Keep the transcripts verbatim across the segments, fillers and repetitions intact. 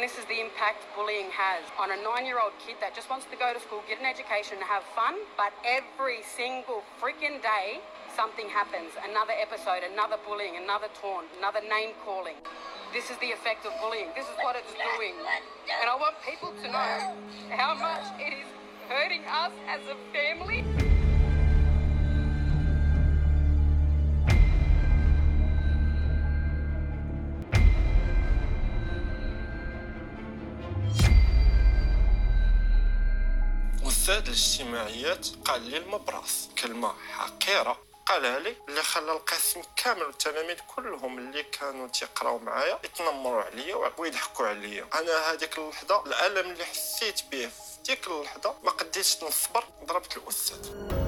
this is the impact bullying has on a nine-year-old kid that just wants to go to school, get an education and have fun, but every single freaking day something happens. Another episode, another bullying, another taunt, another name calling. This is the effect of bullying. This is what it's doing. And I want people to know how much it is hurting us as a family. أستاذ الاجتماعيات قال لي المبراس كلمة حقيرة قالها لي اللي خلى القسم كامل والتلاميذ كلهم اللي كانوا تيقراو معايا يتنمروا عليا ويضحكوا عليا. انا هذيك اللحظه الالم اللي حسيت به في ديك اللحظه ما قديتش نصبر، ضربت الاستاذ.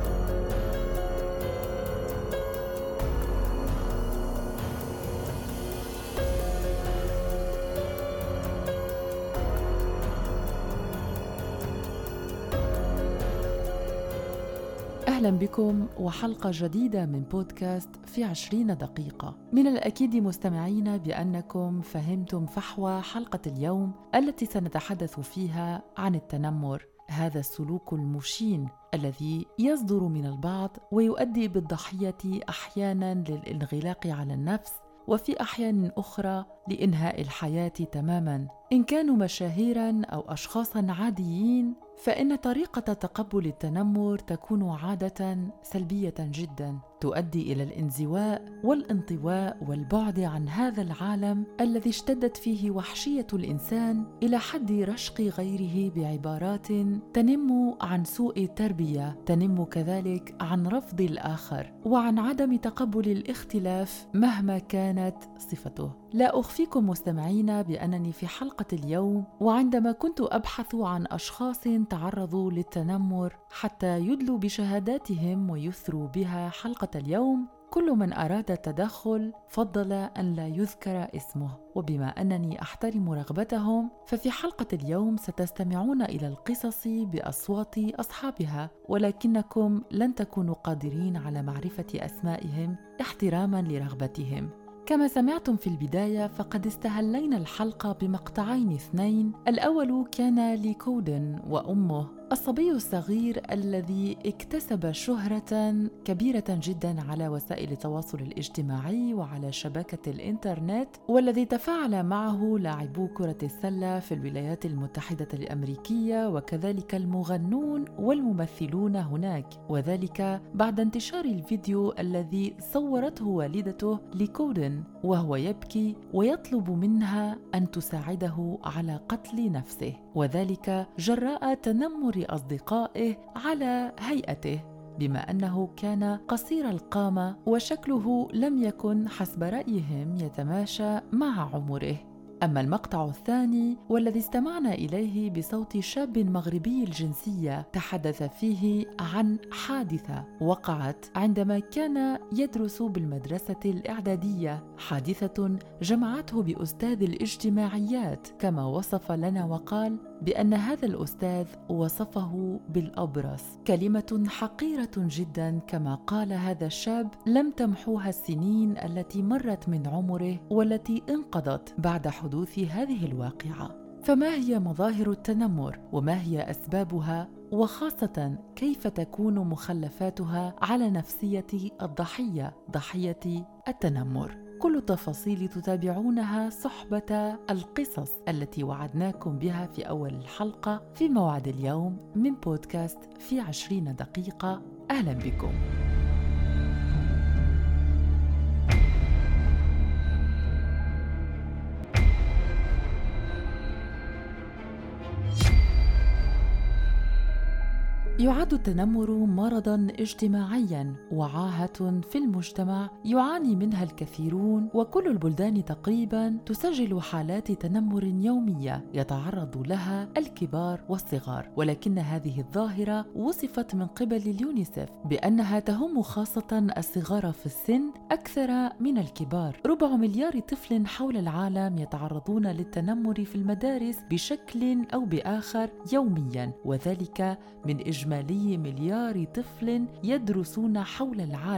أهلا بكم وحلقة جديدة من بودكاست في عشرين دقيقة. من الأكيد مستمعين بأنكم فهمتم فحوى حلقة اليوم التي سنتحدث فيها عن التنمر، هذا السلوك المشين الذي يصدر من البعض ويؤدي بالضحية أحياناً للانغلاق على النفس وفي أحيان أخرى لإنهاء الحياة تماماً. إن كانوا مشاهيراً أو أشخاصاً عاديين فإن طريقة تقبل التنمر تكون عادة سلبية جداً، تؤدي إلى الانزواء والانطواء والبعد عن هذا العالم الذي اشتدت فيه وحشية الإنسان إلى حد رشق غيره بعبارات تنم عن سوء التربية، تنم كذلك عن رفض الآخر وعن عدم تقبل الاختلاف مهما كانت صفته. لا أخفيكم مستمعين بأنني في حلقة اليوم وعندما كنت أبحث عن أشخاص تعرضوا للتنمر حتى يدلوا بشهاداتهم ويثروا بها حلقة اليوم، كل من أراد التدخل فضل أن لا يذكر اسمه، وبما أنني أحترم رغبتهم ففي حلقة اليوم ستستمعون إلى القصص بأصوات أصحابها، ولكنكم لن تكونوا قادرين على معرفة أسمائهم احتراما لرغبتهم. كما سمعتم في البداية فقد استهلينا الحلقة بمقطعين اثنين. الأول كان لكودن وأمه، الصبي الصغير الذي اكتسب شهرة كبيرة جدا على وسائل التواصل الاجتماعي وعلى شبكة الإنترنت، والذي تفاعل معه لاعبو كرة السلة في الولايات المتحدة الأمريكية وكذلك المغنون والممثلون هناك، وذلك بعد انتشار الفيديو الذي صورته والدته لكودن وهو يبكي ويطلب منها أن تساعده على قتل نفسه، وذلك جراء تنمر أصدقائه على هيئته بما أنه كان قصير القامة وشكله لم يكن حسب رأيهم يتماشى مع عمره. أما المقطع الثاني والذي استمعنا إليه بصوت شاب مغربي الجنسية تحدث فيه عن حادثة وقعت عندما كان يدرس بالمدرسة الإعدادية، حادثة جمعته بأستاذ الاجتماعيات كما وصف لنا، وقال بأن هذا الأستاذ وصفه بالأبرص، كلمة حقيرة جدا كما قال هذا الشاب لم تمحوها السنين التي مرت من عمره والتي انقضت بعد حدوث هذه الواقعة. فما هي مظاهر التنمر وما هي أسبابها، وخاصة كيف تكون مخلفاتها على نفسية الضحية ضحية التنمر؟ كل التفاصيل تتابعونها صحبة القصص التي وعدناكم بها في أول الحلقة في موعد اليوم من بودكاست في عشرين دقيقة. أهلا بكم. يعد التنمر مرضاً اجتماعياً وعاهة في المجتمع يعاني منها الكثيرون، وكل البلدان تقريباً تسجل حالات تنمر يومية يتعرض لها الكبار والصغار، ولكن هذه الظاهرة وصفت من قبل اليونيسف بأنها تهم خاصة الصغار في السن أكثر من الكبار. ربع مليار طفل حول العالم يتعرضون للتنمر في المدارس بشكل أو بآخر يومياً، وذلك من إجمالي مليار طفل يدرسون حول العالم.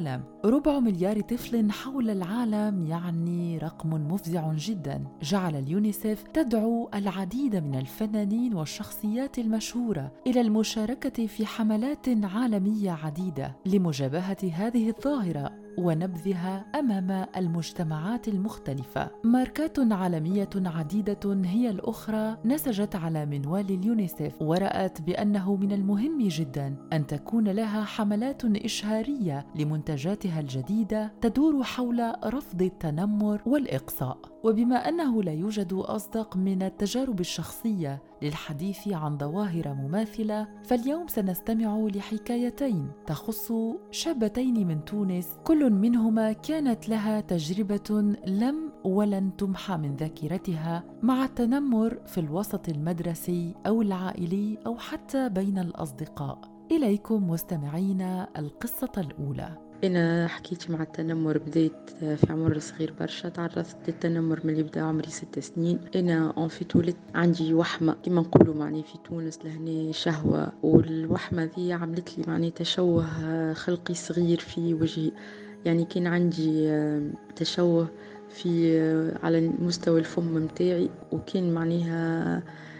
ربع مليار طفل حول العالم يعني رقم مفزع جدا. جعل اليونيسيف تدعو العديد من الفنانين والشخصيات المشهورة إلى المشاركة في حملات عالمية عديدة لمجابهة هذه الظاهرة ونبذها أمام المجتمعات المختلفة. ماركات عالمية عديدة هي الأخرى نسجت على منوال اليونيسيف ورأت بأنه من المهم جدا أن تكون لها حملات إشهارية لمنتجاتها الجديدة تدور حول رفض التنمر والإقصاء. وبما أنه لا يوجد أصدق من التجارب الشخصية للحديث عن ظواهر مماثلة، فاليوم سنستمع لحكايتين تخص شابتين من تونس، كل منهما كانت لها تجربة لم ولن تمحى من ذاكرتها مع التنمر في الوسط المدرسي أو العائلي أو حتى بين الأصدقاء. إليكم مستمعينا القصة الأولى. أنا حكيت مع التنمر بديت في عمر صغير برشا. تعرضت للتنمر من اللي بدأ عمري ست سنين. أنا أنفيت ولدت عندي وحمة كما نقولوا معني في تونس لهنا شهوة، والوحمة ذي عملت لي معني تشوه خلقي صغير في وجهي. يعني كان عندي تشوه في على مستوى الفم متاعي، وكان معناها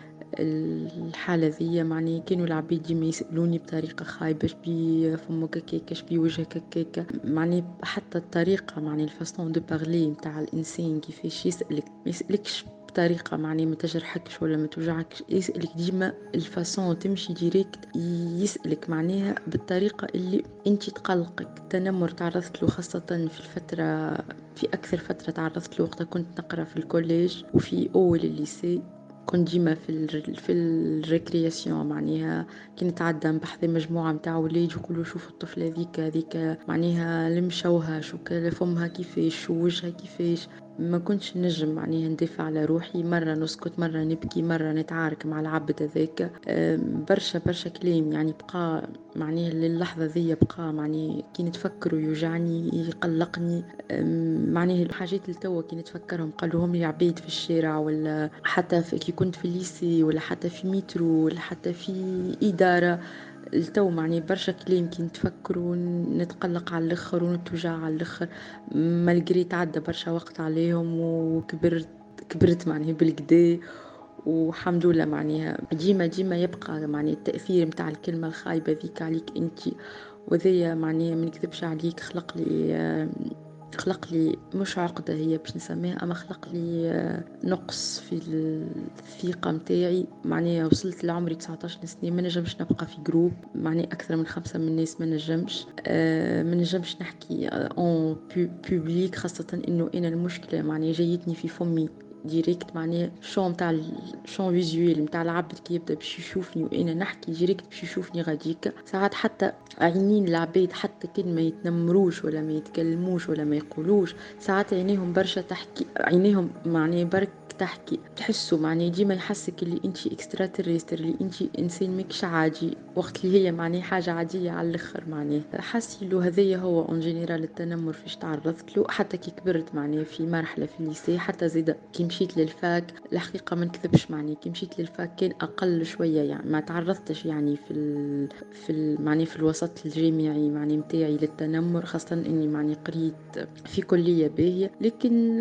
الحالة ذي معني كانوا العبيد ديما يسألوني بطريقة خايبة شبي فمك هكاكا شبي وجهك هكاكا. معني حتى الطريقة معني الفاسون دو بارلي متاع الإنسان كيفاش يسألك، ما يسألكش بطريقة معني ما تجرحكش ولا ما توجعكش، يسألك ديما الفاسون تمشي ديريكت، يسألك معناها بالطريقة اللي انت تقلقك. التنمر تعرضت له خاصة في الفترة في أكثر فترة تعرضت له وقت كنت نقرأ في الكوليج وفي أول الليسي. كنت ديما في ال في الريكرياسيون معناها كي نتعدى بحذا مجموعه نتاع ولاد يقولوا شوفوا الطفله هذيك هذيك معناها المشوهه شو فمها كيفاش ووجهها كيفاش. ما كنتش نجم معناها ندافع على روحي، مره نسكت مره نبكي مره نتعارك مع العبد هذاك. برشا برشا كلام يعني بقى معناها للحظه ذي بقى معني كي نتفكر ويوجعني يقلقني. معناها الحاجات اللي توا كي نتفكرهم قالوهم لي عبيد في الشارع ولا حتى في كي كنت في الليسي ولا حتى في مترو ولا حتى في إدارة التو معني برشا كلام كي نتفكر ونتقلق على الاخر ونتوجع على الاخر. مالغري تعدى برشا وقت عليهم وكبرت كبرت معناها بالكدا والحمد لله. معناها ديما ديما يبقى معني التأثير متاع الكلمة الخايبة ذيك عليك انت، وذي معناها ما نكذبش عليك خلق لي خلق لي مش عقدة هي باش نسميها، اما خلق لي نقص في الثقة متاعي. معناها وصلت لعمري تسعطاش سنة ما نجمش نبقى في جروب معني اكثر من خمسة من الناس، ما نجمش أه ما نجمش نحكي اون بوبليك، خاصة انه انا المشكلة معني جايتني في فمي ديريكت. معناها شون متاع شون فيزوال متاع العبد كي يبدا باش يشوفني وانا نحكي ديريكت باش يشوفني غاديكا. ساعات حتى عينين العبيد حتى كان ما يتنمروش ولا ما يتكلموش ولا ما يقولوش، ساعات عينيهم برشا تحكي، عينيهم معناها برك تحكي، تحسوا معناها ديما يحسك اللي انت اكسترا تيرستر، اللي انت انسان ماكش عادي، وقت اللي هي معناها حاجه عاديه على الاخر. معناها حاسي له هذايا هو اون جينيرال التنمر فيش تعرضت له حتى كي كبرت معناها في مرحله في الليسي، حتى زيد كي مشيت للفاك. الحقيقه ما نكذبش معناها كي مشيت للفاك كان اقل شويه، يعني ما تعرضتش يعني في ال في ال معناها في الوسط الجامعي معناها نتاعي للتنمر، خاصه اني معناها قريت في كليه باهيه، لكن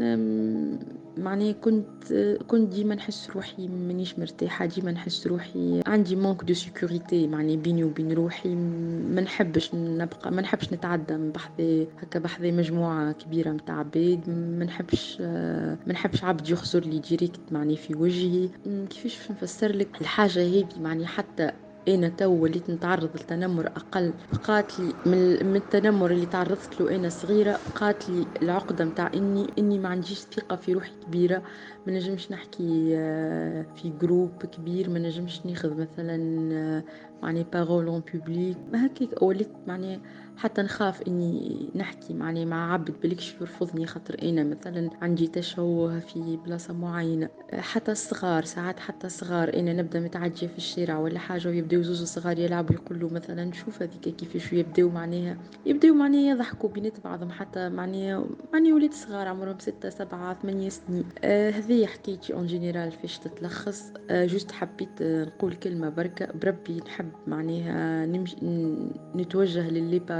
معناها كنت كنت ديما نحس روحي مانيش مرتاحه، ديما نحس روحي عندي مانك دو سيكوريتي معناها بيني وبين روحي. ما نحبش نبقى ما نحبش نتعدى بحذا هكا بحذا مجموعه كبيره نتاع عباد، ما نحبش ما نحبش عبد يخزر لي ديريكت معناها في وجهي. كيفاش نفسر لك الحاجه هذه معناها حتى انا تو وليت نتعرض للتنمر اقل. بقات لي من, من التنمر اللي تعرضت له انا صغيره، بقات لي العقده نتاع اني اني ما عنديش ثقه في روحي كبيره، ما نجمش نحكي في جروب كبير، ما نجمش ناخذ مثلا معني بارول اون بوبليك. ما هكاك وليت معني حتى نخاف اني نحكي معني مع عبد بلكش يرفضني، خاطر انا مثلا عندي تشوه في بلاصه معينه. حتى الصغار ساعات حتى الصغار انا نبدا متعديه في الشارع ولا حاجه ويبداو زوج صغار يلعبوا يقولوا مثلا شوف هذيك كيفاش، يبداو معناها يبداو معناها يضحكوا بينات بعضهم، حتى معناها معني ولاد صغار عمرهم ستة سبعة ثمانية سنين. آه هذه حكيتي اون جينيرال فاش تتلخص. آه جوست حبيت آه نقول كلمه بركه بربي، نحب معناها نمشي نتوجه للي بارون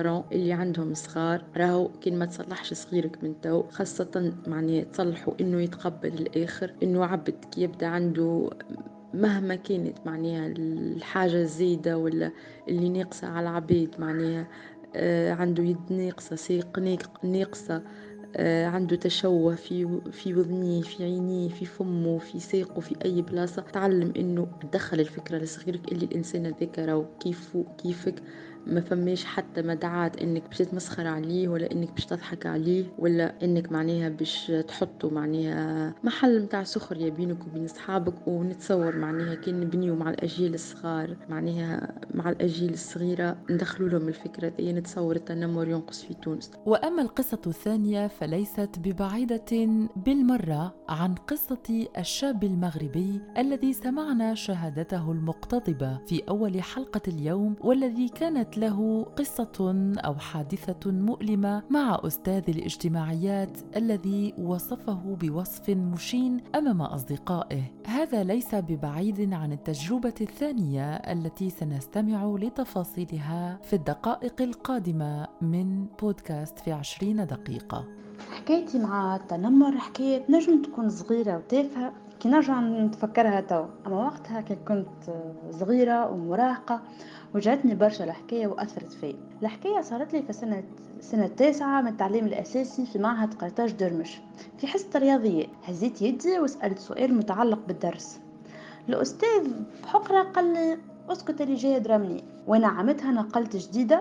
بارون اللي عندهم صغار، راهو كين ما تصلحش صغيرك من تو، خاصة معني تصلحوا إنه يتقبل الآخر، إنه عبد كي يبدأ عنده مهما كانت معناها الحاجة الزيدة ولا اللي ناقصة على العبيد، معناها آه عنده يد ناقصة، ساق ناقصة، آه عنده تشوه في في وذنيه، في عينيه، في فمه، في ساقه، في أي بلاصة، تعلم إنه تدخل الفكرة لصغيرك اللي الإنسان ذكره كيف كيفك، ما فماش حتى مدعات انك باش تمسخر عليه ولا انك باش تضحك عليه ولا انك معناها باش تحطه معناها محل متاع سخرية بينك وبين اصحابك. ونتصور معناها كي نبنيو مع الاجيال الصغار، معناها مع الاجيال الصغيرة ندخلوا لهم الفكرة دي، نتصور التنمر ينقص في تونس. واما القصة الثانية فليست ببعيدة بالمرة عن قصة الشاب المغربي الذي سمعنا شهادته المقتضبة في اول حلقة اليوم، والذي كانت له قصة أو حادثة مؤلمة مع أستاذ الاجتماعيات الذي وصفه بوصف مشين أمام أصدقائه. هذا ليس ببعيد عن التجربة الثانية التي سنستمع لتفاصيلها في الدقائق القادمة من بودكاست في عشرين دقيقة. حكايتي مع التنمر حكاية نجم تكون صغيرة وتافهة كي نرجع نتفكرها تو، أما وقتها كي كنت صغيرة ومراهقة وجعتني برشا الحكاية وأثرت فيا. الحكاية صارت لي في سنة سنة تاسعة من التعليم الأساسي في معهد قرطاج درمش في حصة الرياضيات. هزيت يدي وسألت سؤال متعلق بالدرس. الأستاذ بحقرة قال لي اسكت اللي جاي درمني، وانا عمتها نقلت جديدة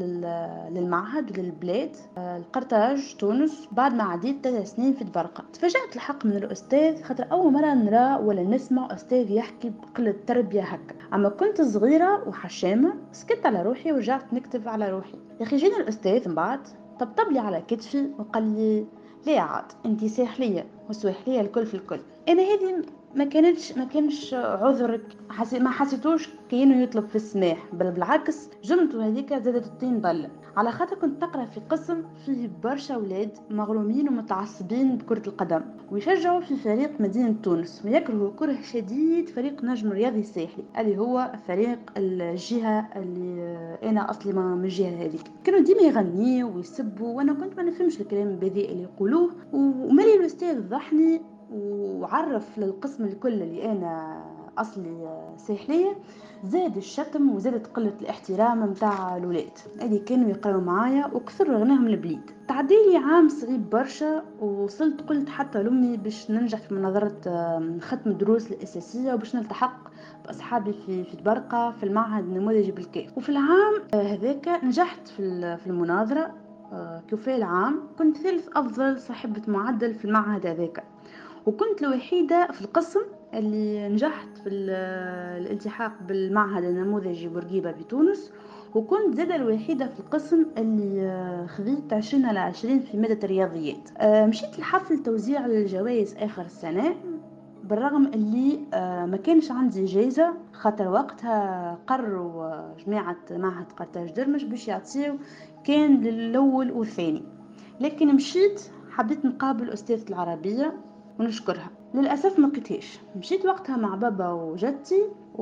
للمعهد وللبلاد القرطاج تونس بعد ما عديت ثلاث سنين في دبرقة. تفاجأت الحق من الأستاذ خاطر أول مرة نرى ولا نسمع أستاذ يحكي بقلة تربية هكا. أما كنت صغيرة وحشامة سكت على روحي ورجعت نكتب على روحي. يا أخي جينا الأستاذ من بعد طبطب لي على كتفي وقال لي ليه عاد انتي ساحلية وسواحلية الكل في الكل. أنا هذه ما كانتش ما كانش عذرك، حسي ما حسيتوش كأنه يطلب في السماح، بل بالعكس جملته هذيك زادت الطين بلة، على خاطر كنت تقرأ في قسم فيه برشا أولاد مغرومين ومتعصبين بكرة القدم ويشجعوا في فريق مدينة تونس ويكرهوا كره شديد فريق نجم رياضي الساحلي اللي هو فريق الجهة اللي أنا أصلي من الجهة هذيك. كانوا ديما يغنيوا ويسبوا وأنا كنت ما نفهمش الكلام البذيء اللي يقولوه، ومالي الأستاذ ضحني وعرف للقسم الكل اللي أنا أصلي ساحلية، زاد الشتم وزادت قلة الاحترام متاع الولاد اللي كانوا يقرأوا معايا وكثر رغناهم البليد. تعديلي عام صغيب برشا وصلت قلت حتى لأمي باش ننجح في مناظرة ختم الدروس الأساسية وباش نلتحق بأصحابي في في دبرقة في المعهد النموذجي بالكيف. وفي العام هذاك نجحت في في المناظرة كوفي العام، كنت ثالث أفضل صاحبة معدل في المعهد هذاك، وكنت الوحيدة في القسم اللي نجحت في الالتحاق بالمعهد النموذجي بورقيبة بتونس، وكنت زادة الوحيدة في القسم اللي خذيت عشرين على عشرين في مادة الرياضيات. مشيت لحفل توزيع الجوائز آخر السنة بالرغم اللي ما كانش عندي جائزة، خاطر وقتها قرروا جماعة معهد قرطاج درمش باش يعطيو كان للأول والثاني، لكن مشيت حبيت نقابل أستاذة العربية ونشكرها. للأسف ما لقيتهاش. مشيت وقتها مع بابا وجدتي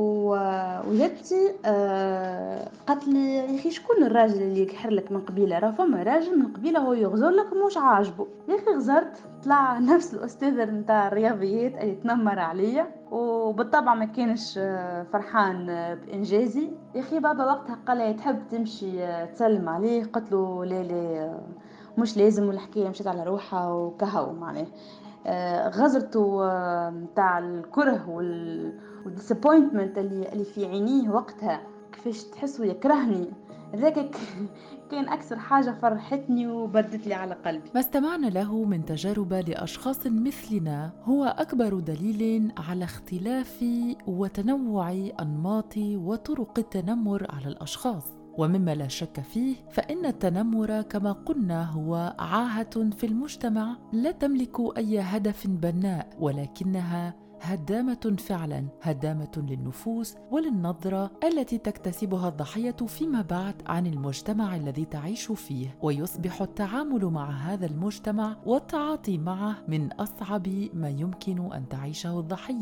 وجدتي آه قالت لي يا اخي شكون الراجل اللي يكحر لك من قبيله؟ راه فما راجل من قبيله هو يغزر لك مش عاجبه. يا اخي غزرت، طلع نفس الاستاذ نتاع الرياضيات اللي تنمر عليا وبالطبع ما كانش فرحان بانجازي. يا اخي بابا وقتها قال لي تحب تمشي تسلم عليه؟ قلت له لا لا مش لازم، والحكايه مشيت على روحها وكهو معناه. آه غزرته نتاع الكره والديسابوينتمنت اللي اللي في عينيه وقتها، كيفاش تحسوا يكرهني، ذاك كان أكثر حاجة فرحتني وبردت لي على قلبي. ما استمعنا له من تجارب لأشخاص مثلنا هو أكبر دليل على اختلاف وتنوع أنماط وطرق التنمر على الأشخاص. ومما لا شك فيه فإن التنمر كما قلنا هو عاهة في المجتمع لا تملك أي هدف بناء، ولكنها هدامة فعلا، هدامة للنفوس وللنظرة التي تكتسبها الضحية فيما بعد عن المجتمع الذي تعيش فيه، ويصبح التعامل مع هذا المجتمع والتعاطي معه من أصعب ما يمكن أن تعيشه الضحية.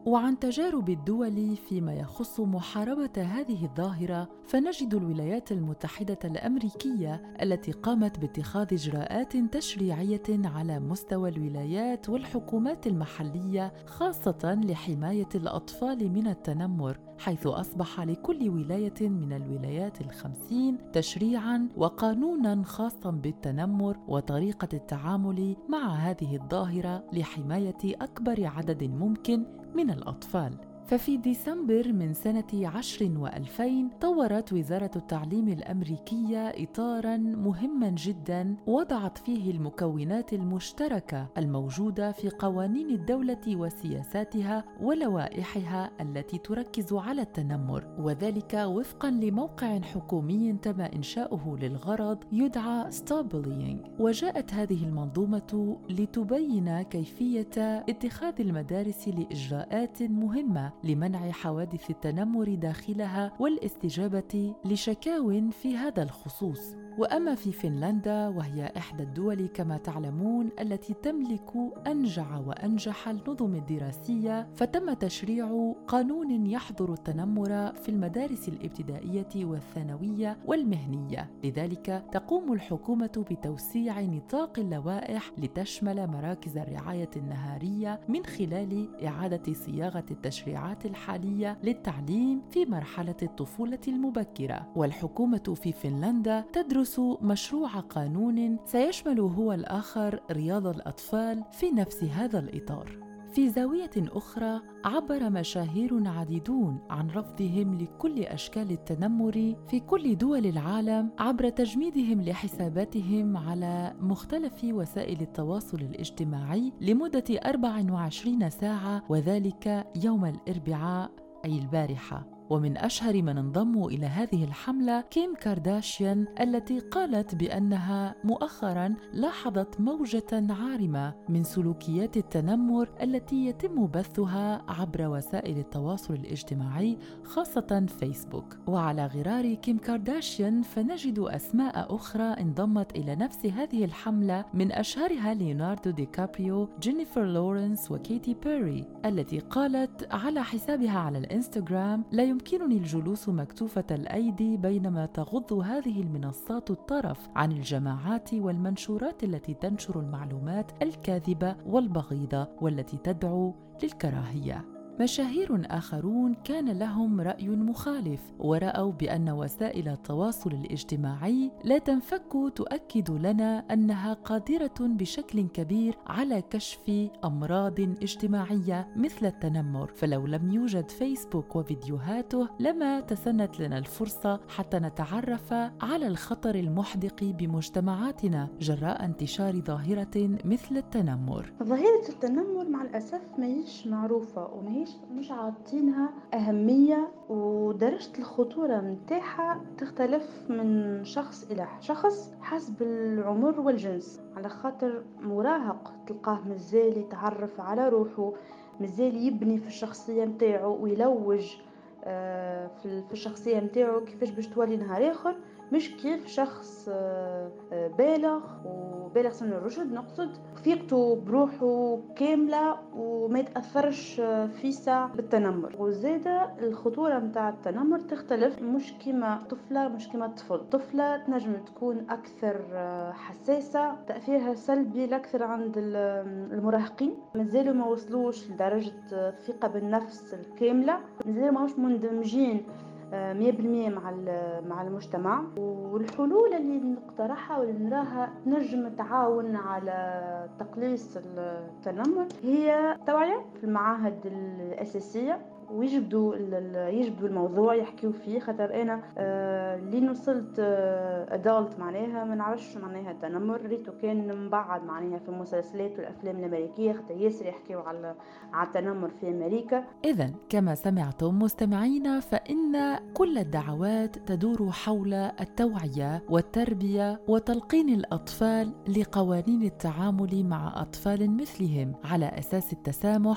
وعن تجارب الدول فيما يخص محاربة هذه الظاهرة، فنجد الولايات المتحدة الأمريكية التي قامت باتخاذ إجراءات تشريعية على مستوى الولايات والحكومات المحلية خاصة لحماية الأطفال من التنمر، حيث أصبح لكل ولاية من الولايات الخمسين تشريعاً وقانوناً خاصاً بالتنمر وطريقة التعامل مع هذه الظاهرة لحماية أكبر عدد ممكن من الأطفال. ففي ديسمبر من سنة عشر وألفين طورت وزارة التعليم الأمريكية إطاراً مهماً جداً وضعت فيه المكونات المشتركة الموجودة في قوانين الدولة وسياساتها ولوائحها التي تركز على التنمر، وذلك وفقاً لموقع حكومي تم إنشاؤه للغرض يدعى Stop Bullying. وجاءت هذه المنظومة لتبين كيفية اتخاذ المدارس لإجراءات مهمة لمنع حوادث التنمر داخلها والاستجابة لشكاوٍ في هذا الخصوص. وأما في فنلندا، وهي إحدى الدول كما تعلمون التي تملك أنجع وأنجح النظم الدراسية، فتم تشريع قانون يحظر التنمر في المدارس الابتدائية والثانوية والمهنية. لذلك تقوم الحكومة بتوسيع نطاق اللوائح لتشمل مراكز الرعاية النهارية من خلال إعادة صياغة التشريعات الحالية للتعليم في مرحلة الطفولة المبكرة. والحكومة في فنلندا تدرس مشروع قانون سيشمل هو الآخر رياض الأطفال في نفس هذا الإطار. في زاوية أخرى، عبر مشاهير عديدون عن رفضهم لكل أشكال التنمر في كل دول العالم عبر تجميدهم لحساباتهم على مختلف وسائل التواصل الاجتماعي لمدة أربع وعشرين ساعة، وذلك يوم الأربعاء أي البارحة. ومن أشهر من انضموا إلى هذه الحملة كيم كارداشيان التي قالت بأنها مؤخراً لاحظت موجة عارمة من سلوكيات التنمر التي يتم بثها عبر وسائل التواصل الاجتماعي خاصة فيسبوك. وعلى غرار كيم كارداشيان فنجد أسماء أخرى انضمت إلى نفس هذه الحملة، من أشهرها ليوناردو دي كابريو، جينيفر لورنس وكيتي بيري، التي قالت على حسابها على الإنستغرام: لا يمكنني الجلوس مكتوفة الأيدي بينما تغض هذه المنصات الطرف عن الجماعات والمنشورات التي تنشر المعلومات الكاذبة والبغيضة والتي تدعو للكراهية. مشاهير آخرون كان لهم رأي مخالف، ورأوا بأن وسائل التواصل الاجتماعي لا تنفك تؤكد لنا أنها قادرة بشكل كبير على كشف أمراض اجتماعية مثل التنمر، فلو لم يوجد فيسبوك وفيديوهاته لما تسنت لنا الفرصة حتى نتعرف على الخطر المحدق بمجتمعاتنا جراء انتشار ظاهرة مثل التنمر. ظاهرة التنمر مع الأسف ما هيش معروفة وما مش عاطينها أهمية، ودرجة الخطورة متاعها تختلف من شخص إلى شخص حسب العمر والجنس، على خاطر مراهق تلقاه مازال يتعرف على روحه، مازال يبني في الشخصية متاعه ويلوج في الشخصية متاعه كيفاش باش تولي نهار آخر، مش كيف شخص بالغ وبالغ سن الرشد نقصد ثقته بروحه كاملة وما يتأثرش فيسا بالتنمر. وزيادة الخطورة متاع التنمر تختلف، مش كما طفلة مش كما طفل. طفلة تنجم تكون أكثر حساسة، تأثيرها سلبي الأكثر عند المراهقين، مازالوا ما وصلوش لدرجة الثقة بالنفس الكاملة، مازالوا ما هوش مندمجين مية بالمية مع مع المجتمع. والحلول اللي نقترحها واللي نراها نجم تعاون على تقليص التنمر هي توعية في المعاهد الأساسية، ويجبدوا يجبدوا الموضوع يحكيوا فيه، خاطر انا آه لين وصلت آه ادالت معناها ما نعرفش معناها التنمر، ريتو كان مبعد معناها في المسلسلات والافلام الامريكيه، خاطر ياسر يحكيوا على على التنمر في امريكا. اذا كما سمعتم مستمعينا، فان كل الدعوات تدور حول التوعيه والتربيه وتلقين الاطفال لقوانين التعامل مع اطفال مثلهم على اساس التسامح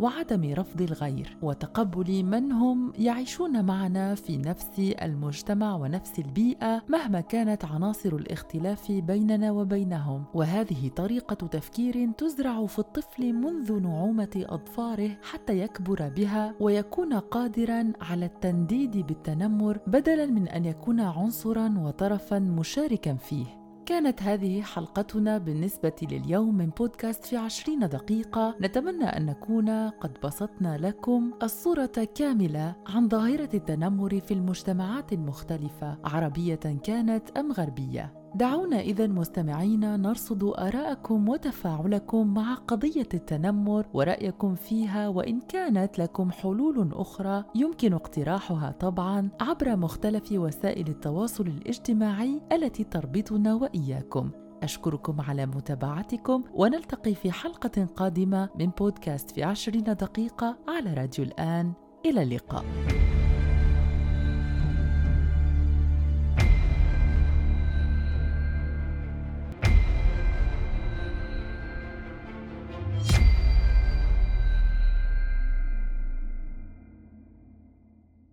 وعدم رفض الغير وتقبل من هم يعيشون معنا في نفس المجتمع ونفس البيئة مهما كانت عناصر الاختلاف بيننا وبينهم. وهذه طريقة تفكير تزرع في الطفل منذ نعومة أظفاره حتى يكبر بها ويكون قادراً على التنديد بالتنمر بدلاً من أن يكون عنصراً وطرفاً مشاركاً فيه. كانت هذه حلقتنا بالنسبة لليوم من بودكاست في عشرين دقيقة. نتمنى أن نكون قد بسطنا لكم الصورة كاملة عن ظاهرة التنمر في المجتمعات المختلفة، عربية كانت أم غربية. دعونا إذن مستمعين نرصد آراءكم وتفاعلكم مع قضية التنمر ورأيكم فيها، وإن كانت لكم حلول أخرى يمكن اقتراحها طبعاً عبر مختلف وسائل التواصل الاجتماعي التي تربطنا وإياكم. أشكركم على متابعتكم، ونلتقي في حلقة قادمة من بودكاست في عشرين دقيقة على راديو الآن. إلى اللقاء.